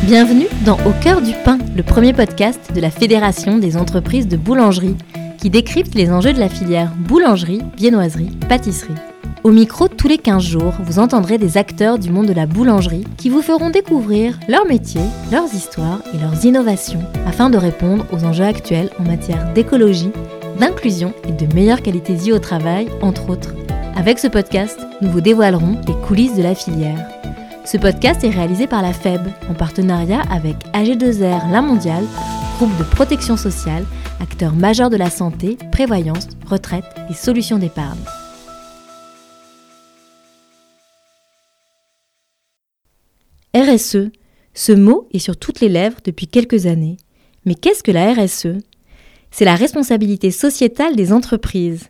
Bienvenue dans Au cœur du pain, le premier podcast de la Fédération des entreprises de boulangerie, qui décrypte les enjeux de la filière boulangerie, viennoiserie, pâtisserie. Au micro, tous les 15 jours, vous entendrez des acteurs du monde de la boulangerie qui vous feront découvrir leur métier, leurs histoires et leurs innovations afin de répondre aux enjeux actuels en matière d'écologie, d'inclusion et de meilleure qualité de vie au travail, entre autres. Avec ce podcast, nous vous dévoilerons les coulisses de la filière. Ce podcast est réalisé par la FEB en partenariat avec AG2R La Mondiale, groupe de protection sociale, acteur majeur de la santé, prévoyance, retraite et solutions d'épargne. RSE, ce mot est sur toutes les lèvres depuis quelques années. Mais qu'est-ce que la RSE ? C'est la responsabilité sociétale des entreprises,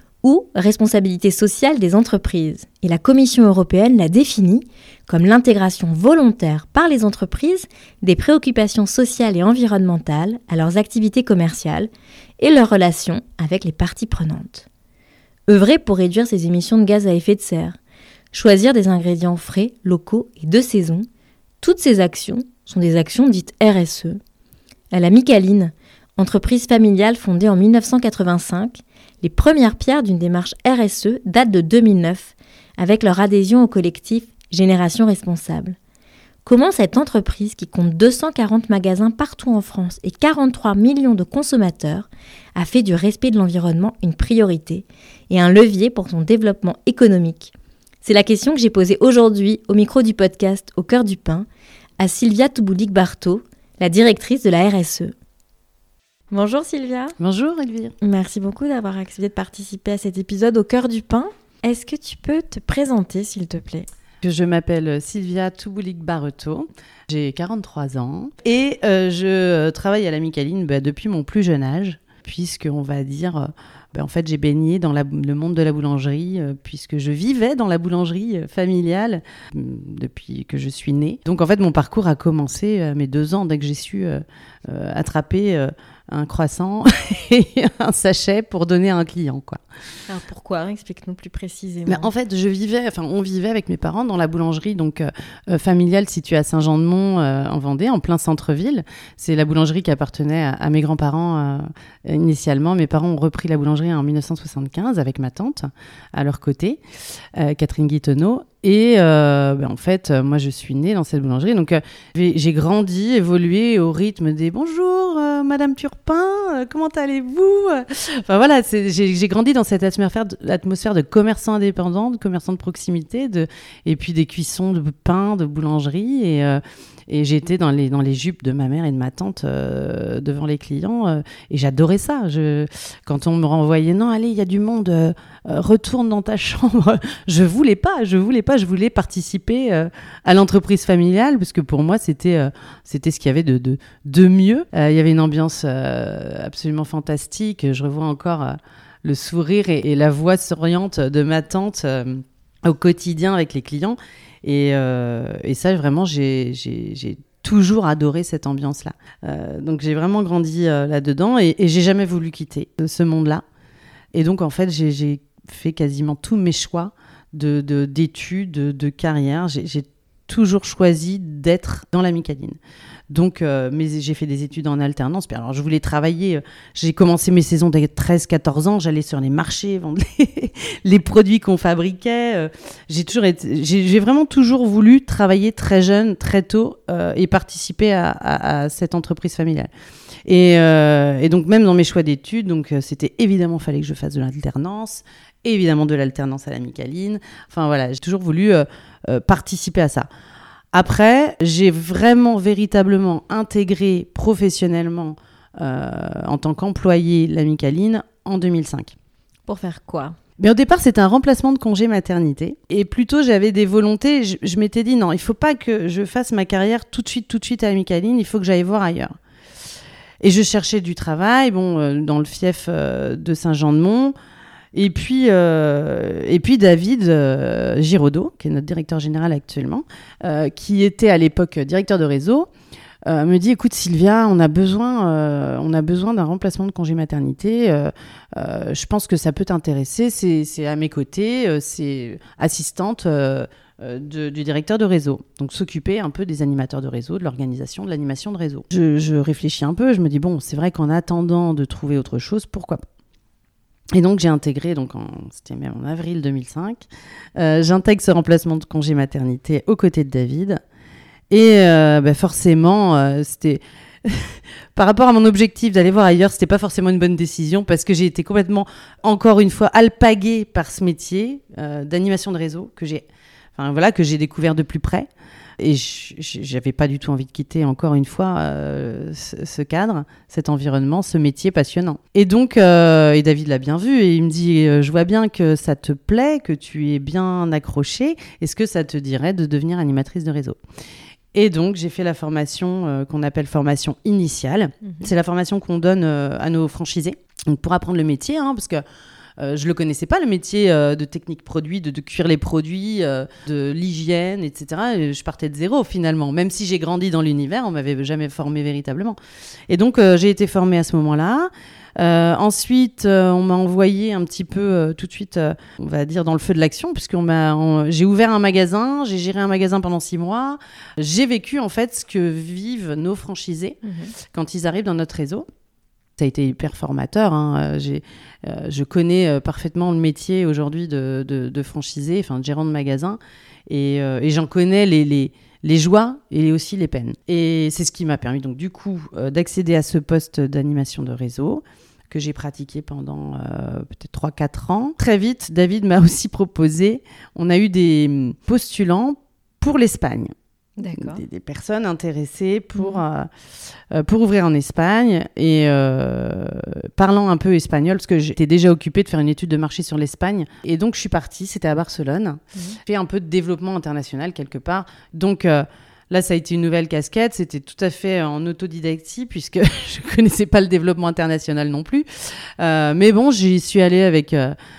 ou responsabilité sociale des entreprises. Et la Commission européenne l'a définie comme l'intégration volontaire par les entreprises des préoccupations sociales et environnementales à leurs activités commerciales et leurs relations avec les parties prenantes. Œuvrer pour réduire ses émissions de gaz à effet de serre, choisir des ingrédients frais, locaux et de saison, toutes ces actions sont des actions dites RSE. À la Micaline, entreprise familiale fondée en 1985, les premières pierres d'une démarche RSE datent de 2009, avec leur adhésion au collectif Génération Responsable. Comment cette entreprise, qui compte 240 magasins partout en France et 43 millions de consommateurs, a fait du respect de l'environnement une priorité et un levier pour son développement économique ? C'est la question que j'ai posée aujourd'hui au micro du podcast Au cœur du pain à Sylvia Touboulik-Barto, la directrice de la RSE. Bonjour Sylvia. Bonjour Elvire. Merci beaucoup d'avoir accepté de participer à cet épisode Au cœur du pain. Est-ce que tu peux te présenter s'il te plaît ? Je m'appelle Sylvia Touboulik-Barto, j'ai 43 ans et je travaille à la Micaline depuis mon plus jeune âge, puisqu'on va dire... en fait, j'ai baigné dans le monde de la boulangerie puisque je vivais dans la boulangerie familiale depuis que je suis née. Donc, en fait, mon parcours a commencé à mes 2 ans, dès que j'ai su attraper un croissant et un sachet pour donner à un client, quoi. Alors, pourquoi ? Explique-nous plus précisément. Mais en fait, on vivait avec mes parents dans la boulangerie familiale située à Saint-Jean-de-Mont en Vendée, en plein centre-ville. C'est la boulangerie qui appartenait à mes grands-parents initialement. Mes parents ont repris la boulangerie en 1975 avec ma tante à leur côté, Catherine Guitonneau. Et en fait, moi, je suis née dans cette boulangerie. Donc, j'ai grandi, évolué au rythme des « Bonjour, Madame Turpin, comment allez-vous ?» Enfin, voilà, j'ai grandi dans cette atmosphère de commerçant indépendant, de commerçant de proximité, et puis des cuissons de pain, de boulangerie. Et j'étais dans les jupes de ma mère et de ma tante devant les clients. Et j'adorais ça. Quand on me renvoyait « Non, allez, il y a du monde, retourne dans ta chambre », je voulais pas. Je voulais participer à l'entreprise familiale parce que pour moi, c'était ce qu'il y avait de mieux. Il y avait une ambiance absolument fantastique. Je revois encore le sourire et la voix souriante de ma tante au quotidien avec les clients. Et ça, vraiment, j'ai toujours adoré cette ambiance-là. Donc, j'ai vraiment grandi là-dedans et j'ai jamais voulu quitter ce monde-là. Et donc, en fait, j'ai fait quasiment tous mes choix d'études, de carrière. J'ai toujours choisi d'être dans la Micaline. Donc, mais j'ai fait des études en alternance. Puis alors, je voulais travailler. J'ai commencé mes saisons dès 13-14 ans. J'allais sur les marchés, vendre les produits qu'on fabriquait. J'ai vraiment toujours voulu travailler très jeune, très tôt, et participer à cette entreprise familiale. Et donc, même dans mes choix d'études, donc, c'était évidemment, fallait que je fasse de l'alternance. Évidemment, de l'alternance à la Micaline. Enfin, voilà, j'ai toujours voulu participer à ça. Après, j'ai véritablement intégré professionnellement en tant qu'employée la Micaline en 2005. Pour faire quoi ? Mais au départ, c'était un remplacement de congé maternité. Et plutôt, j'avais des volontés. Je m'étais dit, non, il ne faut pas que je fasse ma carrière tout de suite à la Micaline. Il faut que j'aille voir ailleurs. Et je cherchais du travail, dans le fief de Saint-Jean-de-Mont. Et puis David Giraudot, qui est notre directeur général actuellement, qui était à l'époque directeur de réseau, me dit « Écoute Sylvia, on a besoin d'un remplacement de congé maternité. Je pense que ça peut t'intéresser. C'est à mes côtés, c'est assistante du directeur de réseau. Donc s'occuper un peu des animateurs de réseau, de l'organisation, de l'animation de réseau. Je réfléchis un peu, je me dis bon, c'est vrai qu'en attendant de trouver autre chose, pourquoi pas. Et donc j'ai intégré, c'était même en avril 2005, j'intègre ce remplacement de congé maternité aux côtés de David. Et forcément, c'était... Par rapport à mon objectif d'aller voir ailleurs, c'était pas forcément une bonne décision parce que j'ai été complètement, encore une fois, alpaguée par ce métier d'animation de réseau que j'ai découvert de plus près. Et j'avais pas du tout envie de quitter, encore une fois, ce cadre, cet environnement, ce métier passionnant. Et donc, et David l'a bien vu, et il me dit, je vois bien que ça te plaît, que tu es bien accrochée. Est-ce que ça te dirait de devenir animatrice de réseau ? Et donc, j'ai fait la formation qu'on appelle formation initiale. C'est la formation qu'on donne à nos franchisés donc pour apprendre le métier, parce que je ne le connaissais pas, le métier de technique produit, de cuire les produits, de l'hygiène, etc. Et je partais de zéro, finalement. Même si j'ai grandi dans l'univers, on ne m'avait jamais formée véritablement. Et donc, j'ai été formée à ce moment-là. Ensuite, on m'a envoyé un petit peu tout de suite, on va dire, dans le feu de l'action, j'ai ouvert un magasin, j'ai géré un magasin pendant 6 mois. J'ai vécu, en fait, ce que vivent nos franchisés quand ils arrivent dans notre réseau. Ça a été hyper formateur. Je connais parfaitement le métier aujourd'hui de franchisé, enfin de gérant de magasin, et j'en connais les joies et aussi les peines. Et c'est ce qui m'a permis donc du coup d'accéder à ce poste d'animation de réseau que j'ai pratiqué pendant peut-être 3-4 ans. Très vite, David m'a aussi proposé, on a eu des postulants pour l'Espagne. D'accord. Des personnes intéressées pour ouvrir en Espagne et parlant un peu espagnol, parce que j'étais déjà occupée de faire une étude de marché sur l'Espagne. Et donc, je suis partie, c'était à Barcelone. J'ai fait un peu de développement international quelque part. Donc, là, ça a été une nouvelle casquette. C'était tout à fait en autodidactie, puisque je ne connaissais pas le développement international non plus. Mais bon, j'y suis allée avec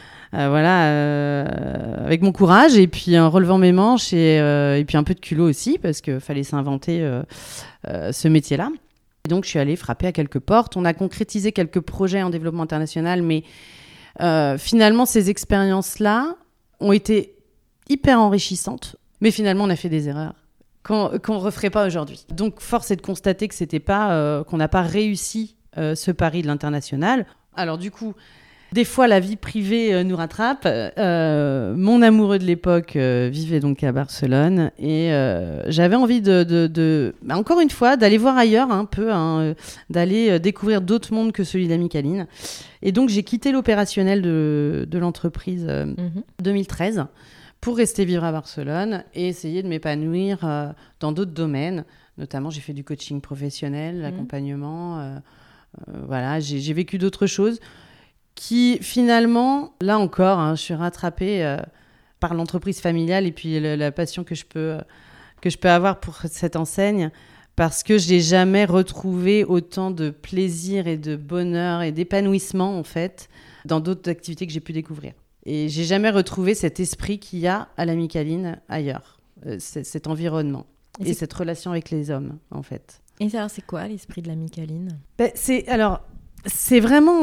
mon courage et puis en relevant mes manches et puis un peu de culot aussi parce qu'il fallait s'inventer ce métier-là. Et donc, je suis allée frapper à quelques portes. On a concrétisé quelques projets en développement international, mais finalement, ces expériences-là ont été hyper enrichissantes. Mais finalement, on a fait des erreurs qu'on ne referait pas aujourd'hui. Donc, force est de constater que c'était pas, qu'on n'a pas réussi ce pari de l'international. Alors, du coup... Des fois, la vie privée nous rattrape. Mon amoureux de l'époque vivait donc à Barcelone et j'avais envie encore une fois, d'aller voir ailleurs un peu, d'aller découvrir d'autres mondes que celui d'Amicaline. Et donc, j'ai quitté l'opérationnel de l'entreprise 2013 pour rester vivre à Barcelone et essayer de m'épanouir dans d'autres domaines. Notamment, j'ai fait du coaching professionnel, l'accompagnement. J'ai vécu d'autres choses qui finalement, là encore, je suis rattrapée par l'entreprise familiale et puis la passion que je peux avoir pour cette enseigne parce que je n'ai jamais retrouvé autant de plaisir et de bonheur et d'épanouissement en fait dans d'autres activités que j'ai pu découvrir. Et je n'ai jamais retrouvé cet esprit qu'il y a à l'Amicaline ailleurs, cet environnement et cette relation avec les hommes en fait. Et alors, c'est quoi l'esprit de l'Amicaline ? C'est vraiment,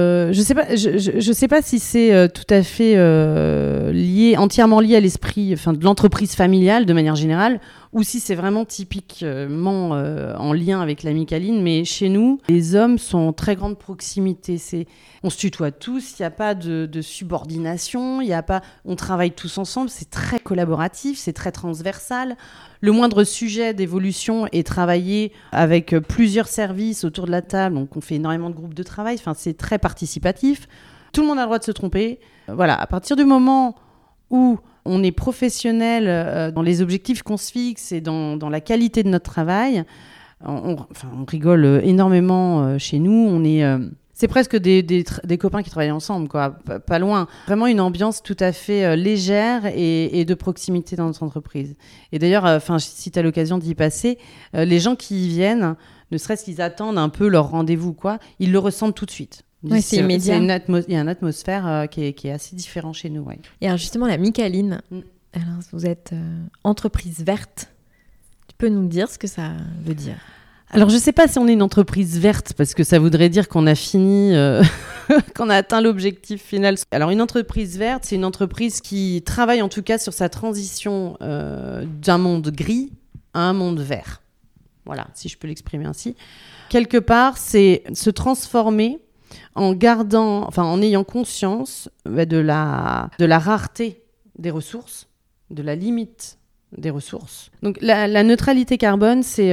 je sais pas si c'est tout à fait entièrement lié à l'esprit, de l'entreprise familiale de manière générale, ou si c'est vraiment typiquement en lien avec l'Amicaline. Mais chez nous, les hommes sont en très grande proximité. On se tutoie tous, il n'y a pas de subordination, on travaille tous ensemble. C'est très collaboratif, c'est très transversal. Le moindre sujet d'évolution est travaillé avec plusieurs services autour de la table. Donc, on fait énormément de groupes de travail. C'est très participatif. Tout le monde a le droit de se tromper. À partir du moment où on est professionnel dans les objectifs qu'on se fixe et dans la qualité de notre travail, on rigole énormément chez nous. C'est presque des copains qui travaillent ensemble, quoi, pas loin. Vraiment une ambiance tout à fait légère et de proximité dans notre entreprise. Et d'ailleurs, si tu as l'occasion d'y passer, les gens qui y viennent, ne serait-ce qu'ils attendent un peu leur rendez-vous, quoi, ils le ressentent tout de suite. Ouais, c'est immédiat. Il y a une atmosphère qui est assez différente chez nous. Ouais. Et alors justement, l'Amicaline, alors, vous êtes entreprise verte. Tu peux nous dire ce que ça veut dire ? Alors, je ne sais pas si on est une entreprise verte, parce que ça voudrait dire qu'on a fini qu'on a atteint l'objectif final. Alors une entreprise verte, c'est une entreprise qui travaille en tout cas sur sa transition d'un monde gris à un monde vert. Voilà, si je peux l'exprimer ainsi. Quelque part, c'est se transformer en ayant conscience de la rareté des ressources, de la limite des ressources. Donc la neutralité carbone, c'est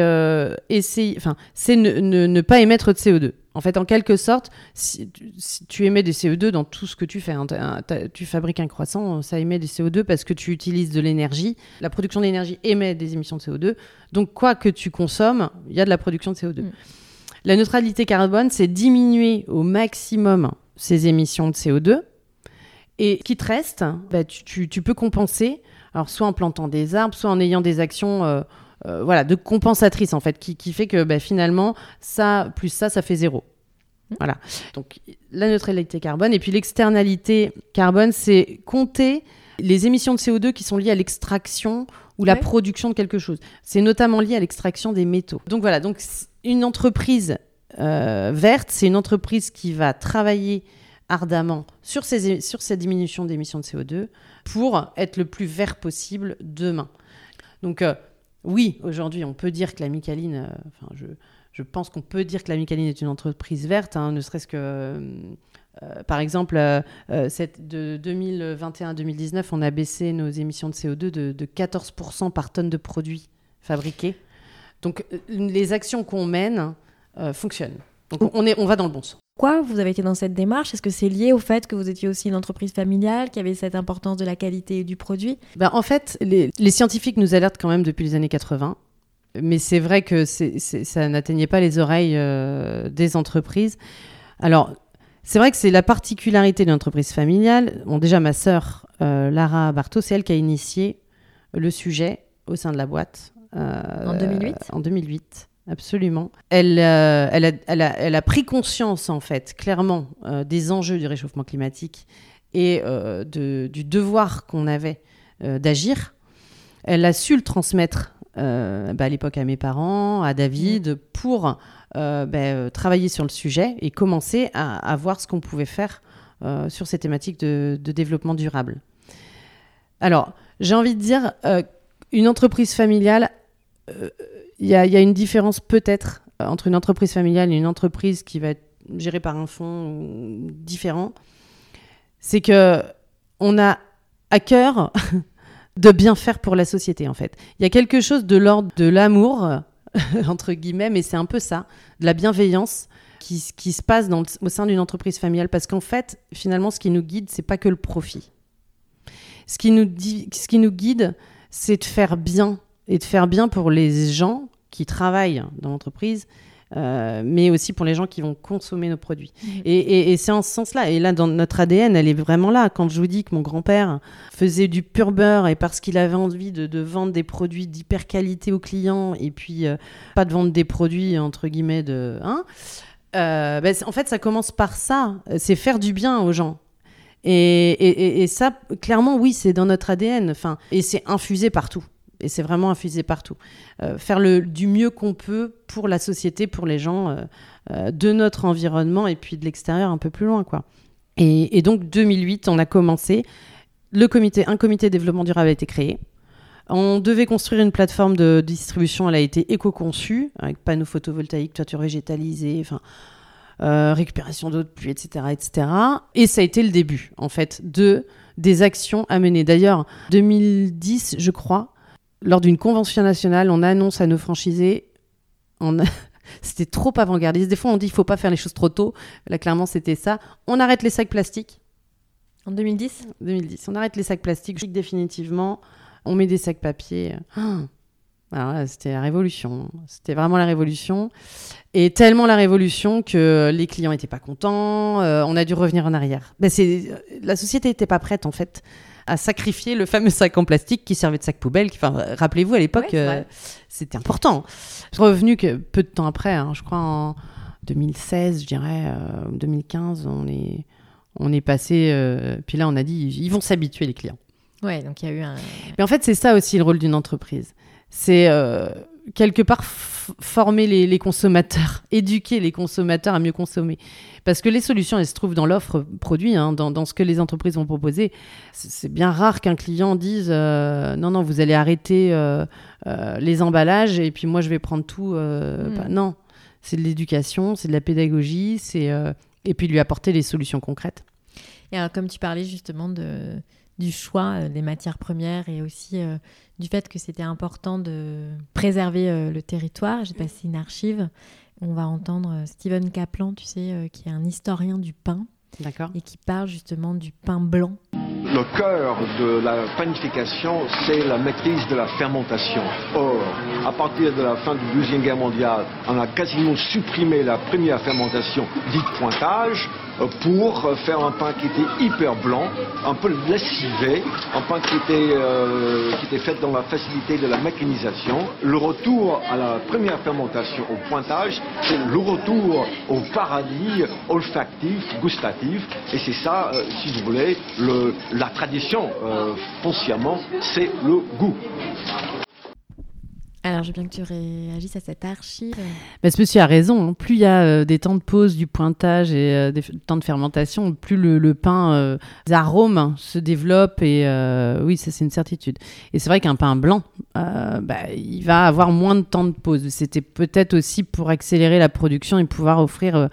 ne pas émettre de CO2. En fait, en quelque sorte, si tu émets des CO2 dans tout ce que tu fais, tu fabriques un croissant, ça émet des CO2 parce que tu utilises de l'énergie. La production d'énergie émet des émissions de CO2. Donc, quoi que tu consommes, il y a de la production de CO2. La neutralité carbone, c'est diminuer au maximum ces émissions de CO2. Et ce qui te reste, tu peux compenser, alors soit en plantant des arbres, soit en ayant des actions de compensatrices, en fait, qui fait que finalement, ça plus ça fait 0. Voilà. Donc, la neutralité carbone. Et puis, l'externalité carbone, c'est compter les émissions de CO2 qui sont liées à l'extraction ou la production de quelque chose. C'est notamment lié à l'extraction des métaux. Donc, voilà. Donc, une entreprise verte, c'est une entreprise qui va travailler ardemment sur cette diminution d'émissions de CO2 pour être le plus vert possible demain. Donc, oui, aujourd'hui, on peut dire que la Micaline, je pense qu'on peut dire que la Micaline est une entreprise verte, ne serait-ce que, par exemple, de 2021 à 2019, on a baissé nos émissions de CO2 de 14% par tonne de produits fabriqués. Donc, les actions qu'on mène fonctionnent. Donc, on va dans le bon sens. Pourquoi vous avez été dans cette démarche ? Est-ce que c'est lié au fait que vous étiez aussi une entreprise familiale, qui avait cette importance de la qualité du produit ? En fait, les scientifiques nous alertent quand même depuis les années 80. Mais c'est vrai que ça n'atteignait pas les oreilles des entreprises. Alors, c'est vrai que c'est la particularité de l'entreprise familiale. Bon, déjà, ma sœur, Lara Barthaud, c'est elle qui a initié le sujet au sein de la boîte. En 2008 ? En 2008. Absolument. Elle a pris conscience, en fait, clairement, des enjeux du réchauffement climatique et du devoir qu'on avait d'agir. Elle a su le transmettre à l'époque à mes parents, à David, pour travailler sur le sujet et commencer à voir ce qu'on pouvait faire sur ces thématiques de développement durable. Alors, j'ai envie de dire, une entreprise familiale... Il y a une différence peut-être entre une entreprise familiale et une entreprise qui va être gérée par un fonds différent. C'est qu'on a à cœur de bien faire pour la société, en fait. Il y a quelque chose de l'ordre de l'amour, entre guillemets, mais c'est un peu ça, de la bienveillance qui se passe au sein d'une entreprise familiale. Parce qu'en fait, finalement, ce qui nous guide, c'est pas que le profit. Ce qui nous guide, c'est de faire bien. Et de faire bien pour les gens qui travaillent dans l'entreprise, mais aussi pour les gens qui vont consommer nos produits. Et c'est en ce sens-là. Et là, dans notre ADN, elle est vraiment là. Quand je vous dis que mon grand-père faisait du pur beurre et parce qu'il avait envie de vendre des produits d'hyper qualité aux clients et puis pas de vendre des produits, entre guillemets, en fait, ça commence par ça. C'est faire du bien aux gens. Et ça, clairement, oui, c'est dans notre ADN. Et c'est infusé partout. Et c'est vraiment infusé partout. Faire du mieux qu'on peut pour la société, pour les gens, de notre environnement et puis de l'extérieur un peu plus loin, quoi. Et donc, 2008, on a commencé. Un comité de développement durable a été créé. On devait construire une plateforme de distribution. Elle a été éco-conçue, avec panneaux photovoltaïques, toiture végétalisée, récupération d'eau de pluie, etc., etc. Et ça a été le début, en fait, des actions à mener. D'ailleurs, 2010, je crois, lors d'une convention nationale, on annonce à nos franchisés, c'était trop avant-gardiste. Des fois, on dit qu'il ne faut pas faire les choses trop tôt. Là, clairement, c'était ça. On arrête les sacs plastiques. En 2010 ? 2010. On arrête les sacs plastiques définitivement. On met des sacs papier. Alors là, c'était la révolution. C'était vraiment la révolution. Et tellement la révolution que les clients n'étaient pas contents. On a dû revenir en arrière. La société n'était pas prête, en fait, à sacrifier le fameux sac en plastique qui servait de sac poubelle. Rappelez-vous, à l'époque, c'était important. Je suis revenue que peu de temps après, je crois en 2016, je dirais, 2015, on est passé... puis là, on a dit, ils vont s'habituer, les clients. Ouais, donc il y a eu un... Mais en fait, c'est ça aussi le rôle d'une entreprise. C'est quelque part former les consommateurs, éduquer les consommateurs à mieux consommer. Parce que les solutions, elles se trouvent dans l'offre produit, dans ce que les entreprises vont proposer. C'est bien rare qu'un client dise non, vous allez arrêter les emballages et puis moi, je vais prendre tout. Non, c'est de l'éducation, c'est de la pédagogie, et puis lui apporter les solutions concrètes. Et alors, comme tu parlais justement du choix des matières premières et aussi du fait que c'était important de préserver le territoire, j'ai passé une archive. On va entendre Steven Kaplan, tu sais, qui est un historien du pain. D'accord. Et qui parle justement du pain blanc. Le cœur de la panification, c'est la maîtrise de la fermentation. Or, à partir de la fin de la Deuxième Guerre mondiale, on a quasiment supprimé la première fermentation dite pointage pour faire un pain qui était hyper blanc, un peu lessivé, un pain qui était fait dans la facilité de la mécanisation. Le retour à la première fermentation au pointage, c'est le retour au paradis olfactif, gustatif, et c'est ça, si vous voulez, la tradition, foncièrement, c'est le goût. Alors, je veux bien que tu réagisses à cette archive. Ce monsieur a raison. Plus il y a des temps de pause, du pointage et des temps de fermentation, plus le pain, les arômes se développent. Et oui, ça, c'est une certitude. Et c'est vrai qu'un pain blanc, il va avoir moins de temps de pause. C'était peut-être aussi pour accélérer la production et pouvoir offrir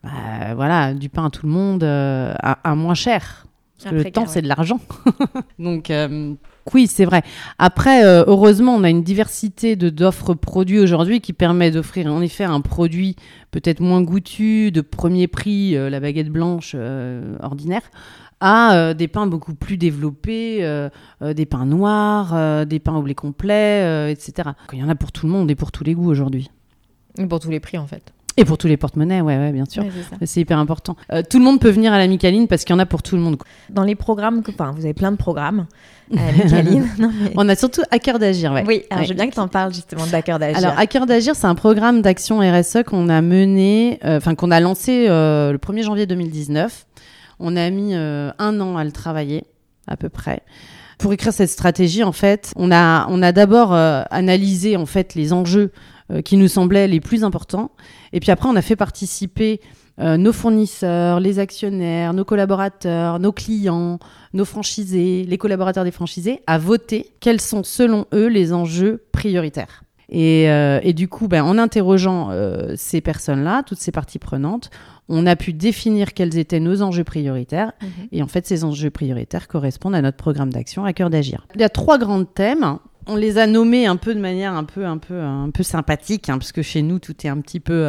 du pain à tout le monde à moins cher. Parce que le temps, c'est de l'argent. Donc, oui, c'est vrai. Après, heureusement, on a une diversité d'offres produits aujourd'hui qui permet d'offrir en effet un produit peut-être moins goûtu, de premier prix, la baguette blanche ordinaire, à des pains beaucoup plus développés, des pains noirs, des pains au blé complet, etc. Il y en a pour tout le monde et pour tous les goûts aujourd'hui. Et pour tous les prix, en fait. Et pour tous les porte-monnaies, ouais, bien sûr. Ouais, c'est hyper important. Tout le monde peut venir à la Micaline parce qu'il y en a pour tout le monde. Dans les programmes, vous avez plein de programmes à la Micaline. On a surtout À cœur d'agir, ouais. Oui, alors je veux bien que tu en parles justement d'À cœur d'agir. Alors, À cœur d'agir, c'est un programme d'action RSE qu'on a mené, qu'on a lancé le 1er janvier 2019. On a mis 1 an à le travailler, à peu près. Pour écrire cette stratégie, en fait, on a d'abord analysé en fait les enjeux qui nous semblaient les plus importants. Et puis après, on a fait participer nos fournisseurs, les actionnaires, nos collaborateurs, nos clients, nos franchisés, les collaborateurs des franchisés, à voter quels sont, selon eux, les enjeux prioritaires. Et du coup, en interrogeant ces personnes-là, toutes ces parties prenantes, on a pu définir quels étaient nos enjeux prioritaires. Et en fait, ces enjeux prioritaires correspondent à notre programme d'action À cœur d'agir. Il y a 3 grands thèmes. On les a nommés un peu de manière un peu sympathique, parce que chez nous, tout est un petit peu...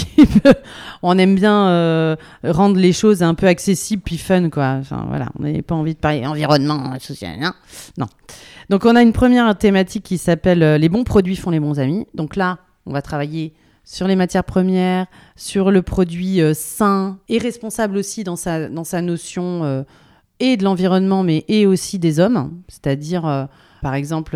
on aime bien rendre les choses un peu accessibles puis fun, quoi. Enfin, voilà, on n'avait pas envie de parler environnement, social, non. Donc, on a une première thématique qui s'appelle « Les bons produits font les bons amis ». Donc là, on va travailler sur les matières premières, sur le produit sain et responsable aussi dans sa notion et de l'environnement, mais et aussi des hommes. C'est-à-dire, par exemple,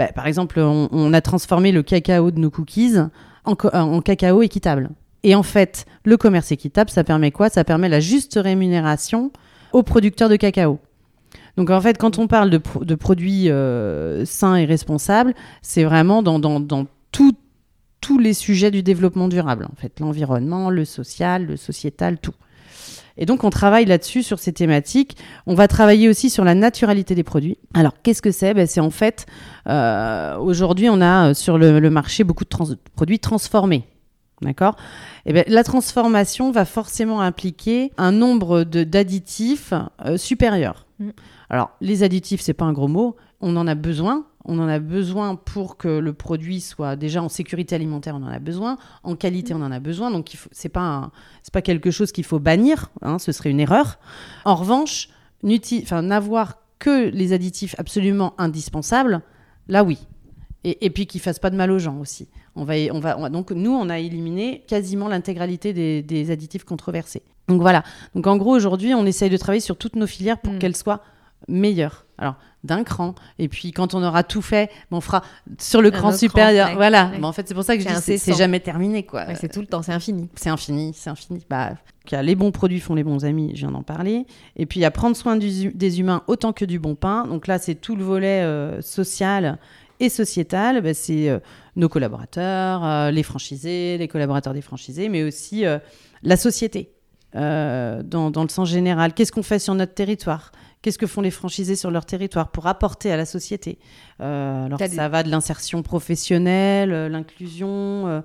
on a transformé le cacao de nos cookies en cacao équitable. Et en fait, le commerce équitable, ça permet quoi ? Ça permet la juste rémunération aux producteurs de cacao. Donc en fait, quand on parle de produits sains et responsables, c'est vraiment dans tous les sujets du développement durable. En fait, l'environnement, le social, le sociétal, tout. Et donc, on travaille là-dessus, sur ces thématiques. On va travailler aussi sur la naturalité des produits. Alors, qu'est-ce que c'est ? C'est en fait, aujourd'hui, on a sur le marché beaucoup de produits transformés. D'accord ? Et la transformation va forcément impliquer un nombre d'additifs supérieur. Alors, les additifs, c'est pas un gros mot. On en a besoin. On en a besoin pour que le produit soit déjà en sécurité alimentaire. On en a besoin. En qualité, on en a besoin. Donc, c'est pas quelque chose qu'il faut bannir. Ce serait une erreur. En revanche, n'avoir que les additifs absolument indispensables, là, oui. Et puis qu'ils ne fassent pas de mal aux gens aussi. Donc, nous, on a éliminé quasiment l'intégralité des additifs controversés. Donc, voilà. Donc, en gros, aujourd'hui, on essaye de travailler sur toutes nos filières pour qu'elles soient meilleures. Alors, d'un cran. Et puis, quand on aura tout fait, on fera sur le cran supérieur. Voilà. Ouais. En fait, c'est pour ça que je dis c'est jamais terminé, quoi. Ouais, c'est tout le temps, c'est infini. C'est infini. Les bons produits font les bons amis, je viens d'en parler. Et puis, il y a prendre soin des humains autant que du bon pain. Donc là, c'est tout le volet social Et sociétal, c'est nos collaborateurs, les franchisés, les collaborateurs des franchisés, mais aussi la société, dans le sens général. Qu'est-ce qu'on fait sur notre territoire ? Qu'est-ce que font les franchisés sur leur territoire pour apporter à la société ? Alors ça va de l'insertion professionnelle, l'inclusion,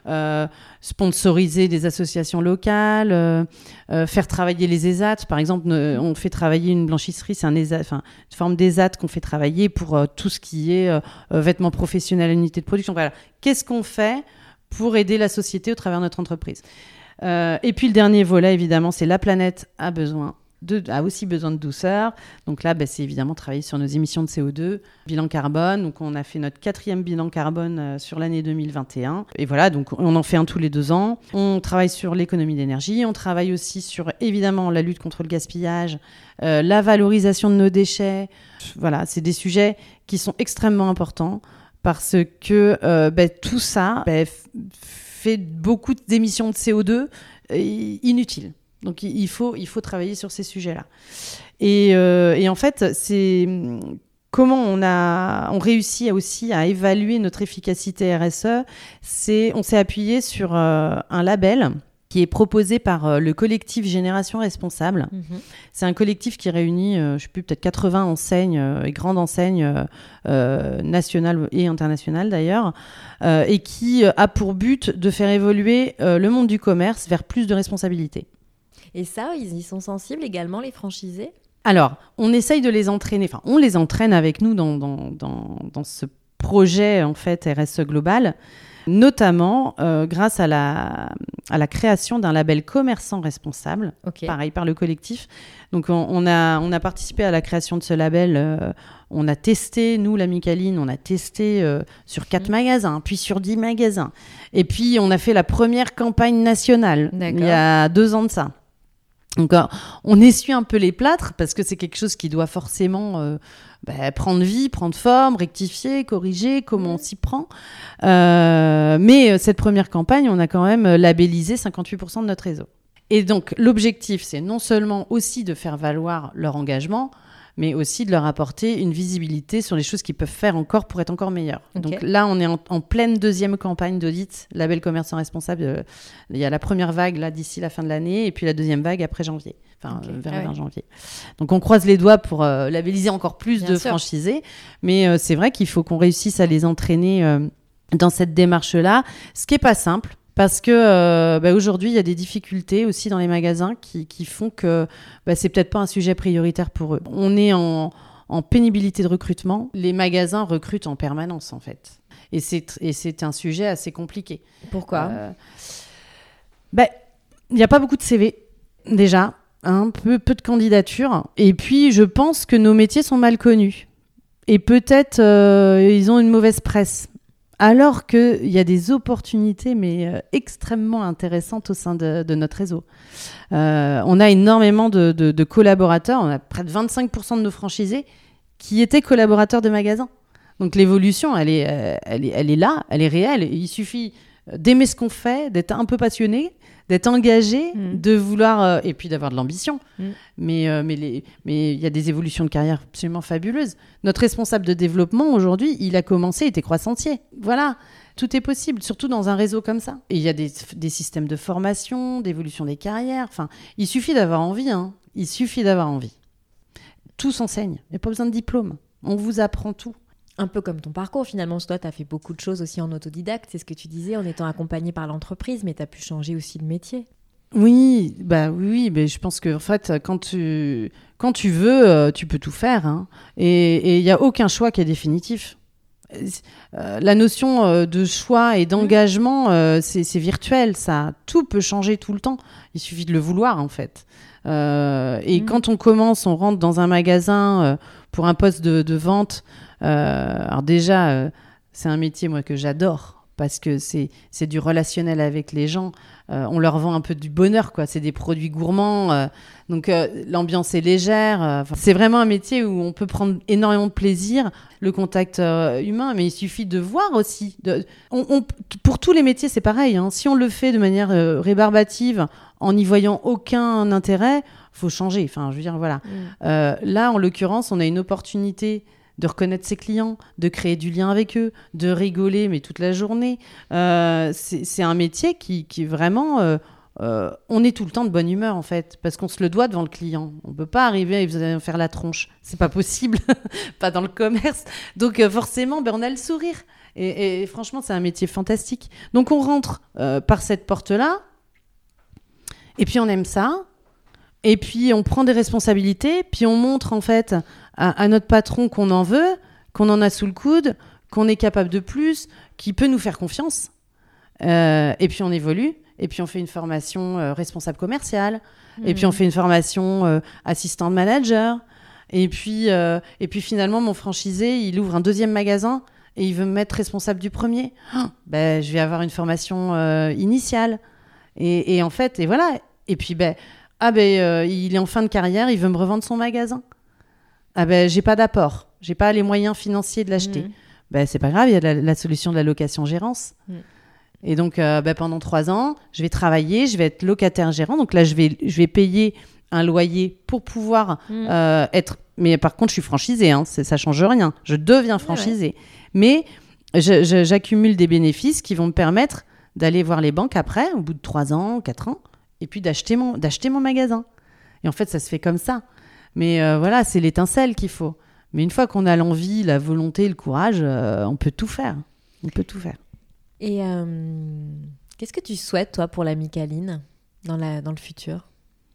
sponsoriser des associations locales, faire travailler les ESAT. Par exemple, on fait travailler une blanchisserie, c'est une forme d'ESAT qu'on fait travailler pour tout ce qui est vêtements professionnels, unité de production. Voilà. Qu'est-ce qu'on fait pour aider la société au travers de notre entreprise ? Et puis le dernier volet, évidemment, c'est la planète a aussi besoin de douceur. Donc là, c'est évidemment travailler sur nos émissions de CO2, bilan carbone. Donc on a fait notre 4e bilan carbone sur l'année 2021. Et voilà, donc on en fait un tous les 2 ans. On travaille sur l'économie d'énergie. On travaille aussi sur, évidemment, la lutte contre le gaspillage, la valorisation de nos déchets. Voilà, c'est des sujets qui sont extrêmement importants parce que tout ça fait beaucoup d'émissions de CO2 inutiles. Donc, il faut travailler sur ces sujets-là. Et en fait, c'est comment on réussit aussi à évaluer notre efficacité RSE. On s'est appuyé sur un label qui est proposé par le collectif Génération Responsable. Mmh. C'est un collectif qui réunit, je ne sais plus, peut-être 80 enseignes, et grandes enseignes nationales et internationales d'ailleurs, et qui a pour but de faire évoluer le monde du commerce vers plus de responsabilité. Et ça, ils y sont sensibles également, les franchisés ? Alors, on essaye de les entraîner, on les entraîne avec nous dans ce projet en fait RSE global, notamment grâce à la création d'un label commerçant responsable, pareil par le collectif. Donc on a participé à la création de ce label. On a testé, nous, la Micaline, on a testé sur 4 magasins, puis sur 10 magasins. Et puis on a fait la première campagne nationale il y a 2 ans de ça. Donc, on essuie un peu les plâtres parce que c'est quelque chose qui doit forcément prendre vie, prendre forme, rectifier, corriger, comment on s'y prend. Mais cette première campagne, on a quand même labellisé 58% de notre réseau. Et donc, l'objectif, c'est non seulement aussi de faire valoir leur engagement, mais aussi de leur apporter une visibilité sur les choses qu'ils peuvent faire encore pour être encore meilleurs. Okay. Donc là, on est en pleine 2e campagne d'audit, label commerçant responsable. Il y a la première vague là d'ici la fin de l'année et puis la 2e vague après janvier, vers 20 janvier. Donc on croise les doigts pour labelliser encore plus de franchisés, mais c'est vrai qu'il faut qu'on réussisse à les entraîner dans cette démarche-là, ce qui n'est pas simple. Parce que aujourd'hui, il y a des difficultés aussi dans les magasins qui font que c'est peut-être pas un sujet prioritaire pour eux. On est en pénibilité de recrutement. Les magasins recrutent en permanence, en fait. Et c'est un sujet assez compliqué. Pourquoi ? Il n'y a pas beaucoup de CV, déjà. Peu de candidatures. Et puis, je pense que nos métiers sont mal connus. Et peut-être ils ont une mauvaise presse. Alors qu'il y a des opportunités, mais extrêmement intéressantes au sein de notre réseau. On a énormément de collaborateurs. On a près de 25% de nos franchisés qui étaient collaborateurs de magasins. Donc l'évolution, elle est là, elle est réelle. Il suffit d'aimer ce qu'on fait, d'être un peu passionné, d'être engagé, de vouloir... et puis d'avoir de l'ambition. Mais il y a des évolutions de carrière absolument fabuleuses. Notre responsable de développement, aujourd'hui, il a commencé, il était croissancier. Voilà, tout est possible, surtout dans un réseau comme ça. Et il y a des systèmes de formation, d'évolution des carrières. Enfin, il suffit d'avoir envie. Il suffit d'avoir envie. Tout s'enseigne. Il n'y a pas besoin de diplôme. On vous apprend tout. Un peu comme ton parcours, finalement. Toi, tu as fait beaucoup de choses aussi en autodidacte, c'est ce que tu disais, en étant accompagné par l'entreprise, mais tu as pu changer aussi de métier. Oui, mais je pense que en fait, quand tu veux, tu peux tout faire. Et il n'y a aucun choix qui est définitif. La notion de choix et d'engagement, c'est virtuel, ça. Tout peut changer tout le temps. Il suffit de le vouloir, en fait. Quand on rentre dans un magasin pour un poste de vente. Alors déjà, c'est un métier moi que j'adore parce que c'est du relationnel avec les gens. On leur vend un peu du bonheur, quoi. C'est des produits gourmands, donc l'ambiance est légère. C'est vraiment un métier où on peut prendre énormément de plaisir, le contact humain, mais il suffit de voir aussi. Pour tous les métiers, c'est pareil. Si on le fait de manière rébarbative, en n'y voyant aucun intérêt, faut changer. Enfin, je veux dire, voilà. Là, en l'occurrence, on a une opportunité de reconnaître ses clients, de créer du lien avec eux, de rigoler, mais toute la journée. C'est un métier qui vraiment... on est tout le temps de bonne humeur, en fait, parce qu'on se le doit devant le client. On ne peut pas arriver et vous allez faire la tronche. C'est pas possible, pas dans le commerce. Donc, forcément, on a le sourire. Et franchement, c'est un métier fantastique. Donc, on rentre par cette porte-là, et puis on aime ça. Et puis, on prend des responsabilités, puis on montre, en fait, à notre patron qu'on en veut, qu'on en a sous le coude, qu'on est capable de plus, qu'il peut nous faire confiance. Et puis, on évolue. Et puis, on fait une formation responsable commerciale. Et puis, on fait une formation assistant manager. Et puis, finalement, mon franchisé, il ouvre un 2e magasin et il veut me mettre responsable du premier. Je vais avoir une formation initiale. Et en fait, et voilà. Et puis, il est en fin de carrière, il veut me revendre son magasin. J'ai pas d'apport. J'ai pas les moyens financiers de l'acheter. C'est pas grave, il y a la solution de la location-gérance. Et donc, pendant 3 ans, je vais travailler, je vais être locataire-gérant. Donc là, je vais payer un loyer pour pouvoir être... Mais par contre, je suis franchisée, hein, ça change rien. Je deviens franchisée. Mais j'accumule des bénéfices qui vont me permettre d'aller voir les banques après, au bout de 3 ans, 4 ans, et puis d'acheter mon magasin. Et en fait, ça se fait comme ça. Mais voilà, c'est l'étincelle qu'il faut. Mais une fois qu'on a l'envie, la volonté, le courage, on peut tout faire. On peut tout faire. Et qu'est-ce que tu souhaites, toi, pour l'Amicaline dans le futur ?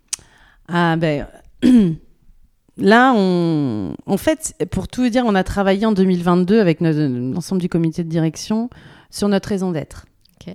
Là, en fait, pour tout vous dire, on a travaillé en 2022 avec l'ensemble du comité de direction sur notre raison d'être. Okay.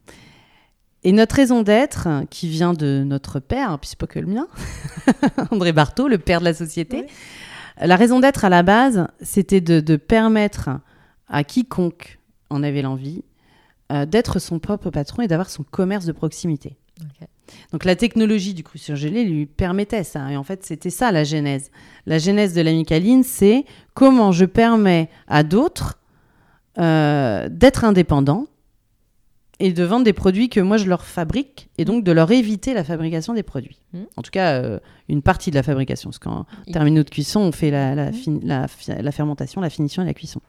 Et notre raison d'être, qui vient de notre père, puis c'est pas que le mien, André Barthaud, le père de la société, la raison d'être à la base, c'était de permettre à quiconque en avait l'envie d'être son propre patron et d'avoir son commerce de proximité. Okay. Donc la technologie du cru surgelé lui permettait ça. Et en fait, c'était ça la genèse. La genèse de l'Amicaline, c'est comment je permets à d'autres d'être indépendants et de vendre des produits que moi je leur fabrique et donc de leur éviter la fabrication des produits. En tout cas, une partie de la fabrication. Parce qu'en terminaux de cuisson, on fait la fermentation, la finition et la cuisson.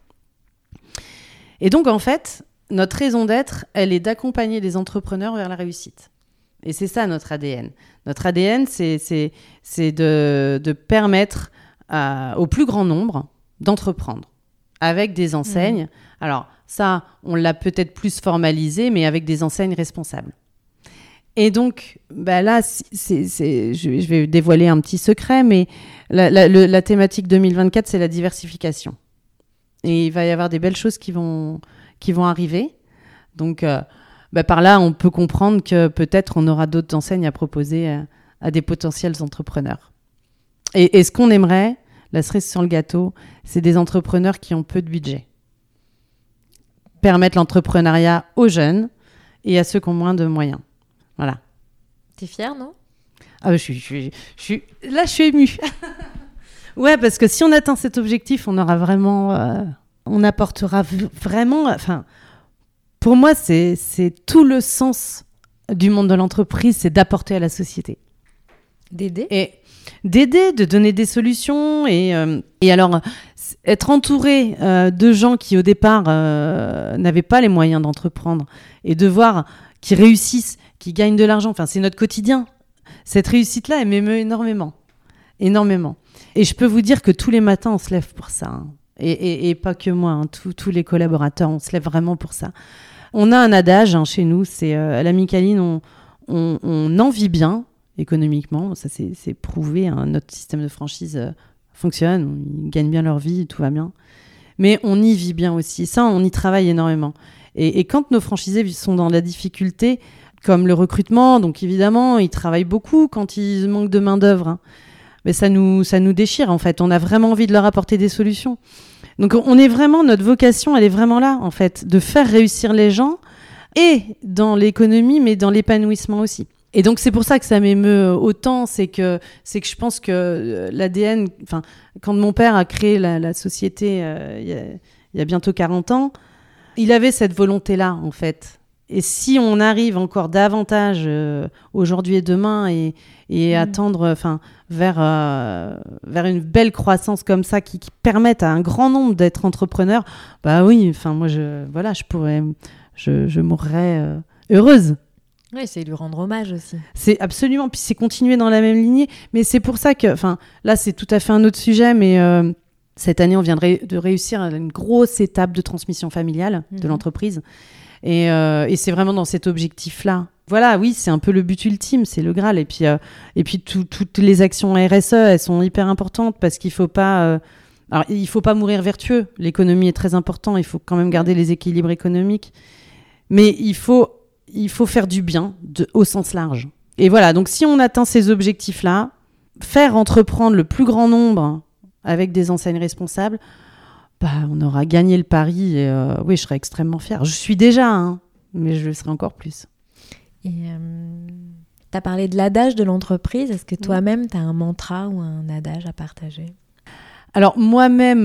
Et donc, en fait, notre raison d'être, elle est d'accompagner les entrepreneurs vers la réussite. Et c'est ça notre ADN. Notre ADN, c'est de permettre au plus grand nombre d'entreprendre avec des enseignes. Alors ça, on l'a peut-être plus formalisé, mais avec des enseignes responsables. Et donc, là, je vais dévoiler un petit secret, mais la thématique 2024, c'est la diversification. Et il va y avoir des belles choses qui vont arriver. Donc, par là, on peut comprendre que peut-être on aura d'autres enseignes à proposer à des potentiels entrepreneurs. Et ce qu'on aimerait, la cerise sur le gâteau, c'est des entrepreneurs qui ont peu de budget. Permettre l'entrepreneuriat aux jeunes et à ceux qui ont moins de moyens. Voilà. T'es fière, non ? Ah, je suis émue. Ouais, parce que si on atteint cet objectif, on aura vraiment... on apportera vraiment... Enfin, pour moi, c'est tout le sens du monde de l'entreprise, c'est d'apporter à la société. D'aider ? Et d'aider, de donner des solutions. Et alors, être entouré de gens qui, au départ, n'avaient pas les moyens d'entreprendre et de voir qu'ils réussissent, qu'ils gagnent de l'argent, enfin, c'est notre quotidien. Cette réussite-là, elle m'émeut énormément. Énormément. Et je peux vous dire que tous les matins, on se lève pour ça. Hein. Et pas que moi, hein, tous les collaborateurs, on se lève vraiment pour ça. On a un adage chez nous, c'est à l'Amicaline, on en vit bien économiquement, ça c'est prouvé, hein, notre système de franchise fonctionne, ils gagnent bien leur vie, tout va bien. Mais on y vit bien aussi, ça on y travaille énormément. Et quand nos franchisés sont dans la difficulté, comme le recrutement, donc évidemment, ils travaillent beaucoup quand ils manquent de main-d'œuvre, hein. Mais ça nous déchire en fait, on a vraiment envie de leur apporter des solutions. Donc on est vraiment, notre vocation, elle est vraiment là en fait, de faire réussir les gens et dans l'économie, mais dans l'épanouissement aussi. Et donc c'est pour ça que ça m'émeut autant, c'est que je pense que l'ADN, enfin quand mon père a créé la société il y a bientôt 40 ans, il avait cette volonté-là en fait. Et si on arrive encore davantage aujourd'hui et demain et à tendre vers une belle croissance comme ça qui permette à un grand nombre d'être entrepreneurs, bah oui, moi je mourrais heureuse. Oui, c'est lui rendre hommage aussi. C'est absolument, puis c'est continuer dans la même lignée. Mais c'est pour ça que, là c'est tout à fait un autre sujet, mais cette année on vient de réussir une grosse étape de transmission familiale de l'entreprise. Et c'est vraiment dans cet objectif-là. Voilà, oui, c'est un peu le but ultime, c'est le Graal. Et puis toutes les actions RSE, elles sont hyper importantes parce qu'il faut pas... alors, il faut pas mourir vertueux. L'économie est très importante. Il faut quand même garder les équilibres économiques. Mais il faut faire du bien au sens large. Et voilà, donc si on atteint ces objectifs-là, faire entreprendre le plus grand nombre avec des enseignes responsables, on aura gagné le pari et oui, je serais extrêmement fière. Je suis déjà, mais je le serai encore plus. Et tu as parlé de l'adage de l'entreprise. Est-ce que toi-même, tu as un mantra ou un adage à partager ? Alors, moi-même,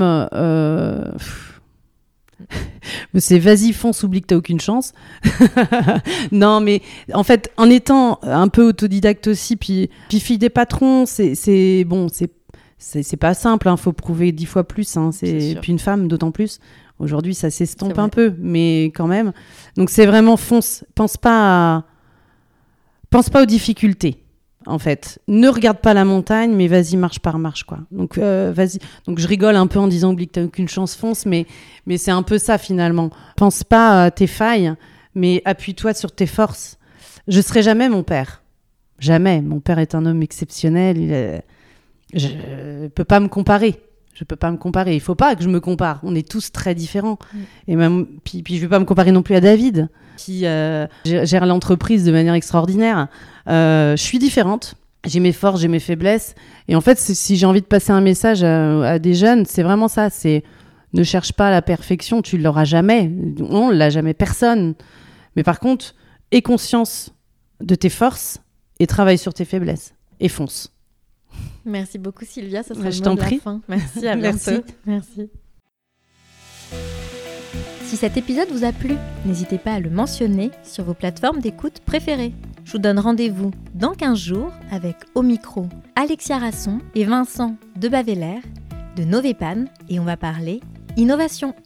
c'est vas-y, fonce, oublie que tu n'as aucune chance. Non, mais en fait, en étant un peu autodidacte aussi, puis fille des patrons, c'est pas simple, faut prouver 10 fois plus, et puis une femme d'autant plus. Aujourd'hui, ça s'estompe un peu, mais quand même. Donc c'est vraiment fonce, pense pas aux difficultés, en fait. Ne regarde pas la montagne, mais vas-y marche par marche, quoi. Donc vas-y. Donc je rigole un peu en disant oublie que t'as aucune chance, fonce, mais c'est un peu ça finalement. Pense pas à tes failles, mais appuie-toi sur tes forces. Je serai jamais mon père. Jamais. Mon père est un homme exceptionnel. Je peux pas me comparer. Il faut pas que je me compare. On est tous très différents. Et même, puis je vais pas me comparer non plus à David, qui gère l'entreprise de manière extraordinaire. Je suis différente. J'ai mes forces, j'ai mes faiblesses. Et en fait, si j'ai envie de passer un message à des jeunes, c'est vraiment ça. C'est ne cherche pas la perfection, tu l'auras jamais. On l'a jamais, personne. Mais par contre, aie conscience de tes forces et travaille sur tes faiblesses. Et fonce. Merci beaucoup Sylvia, ça sera je le mot t'en de la prie. fin. Merci, à bientôt. Merci. Si cet épisode vous a plu, n'hésitez pas à le mentionner sur vos plateformes d'écoute préférées. Je vous donne rendez-vous dans 15 jours avec au micro Alexia Rasson et Vincent de Bavellaire de Novépan et on va parler innovation.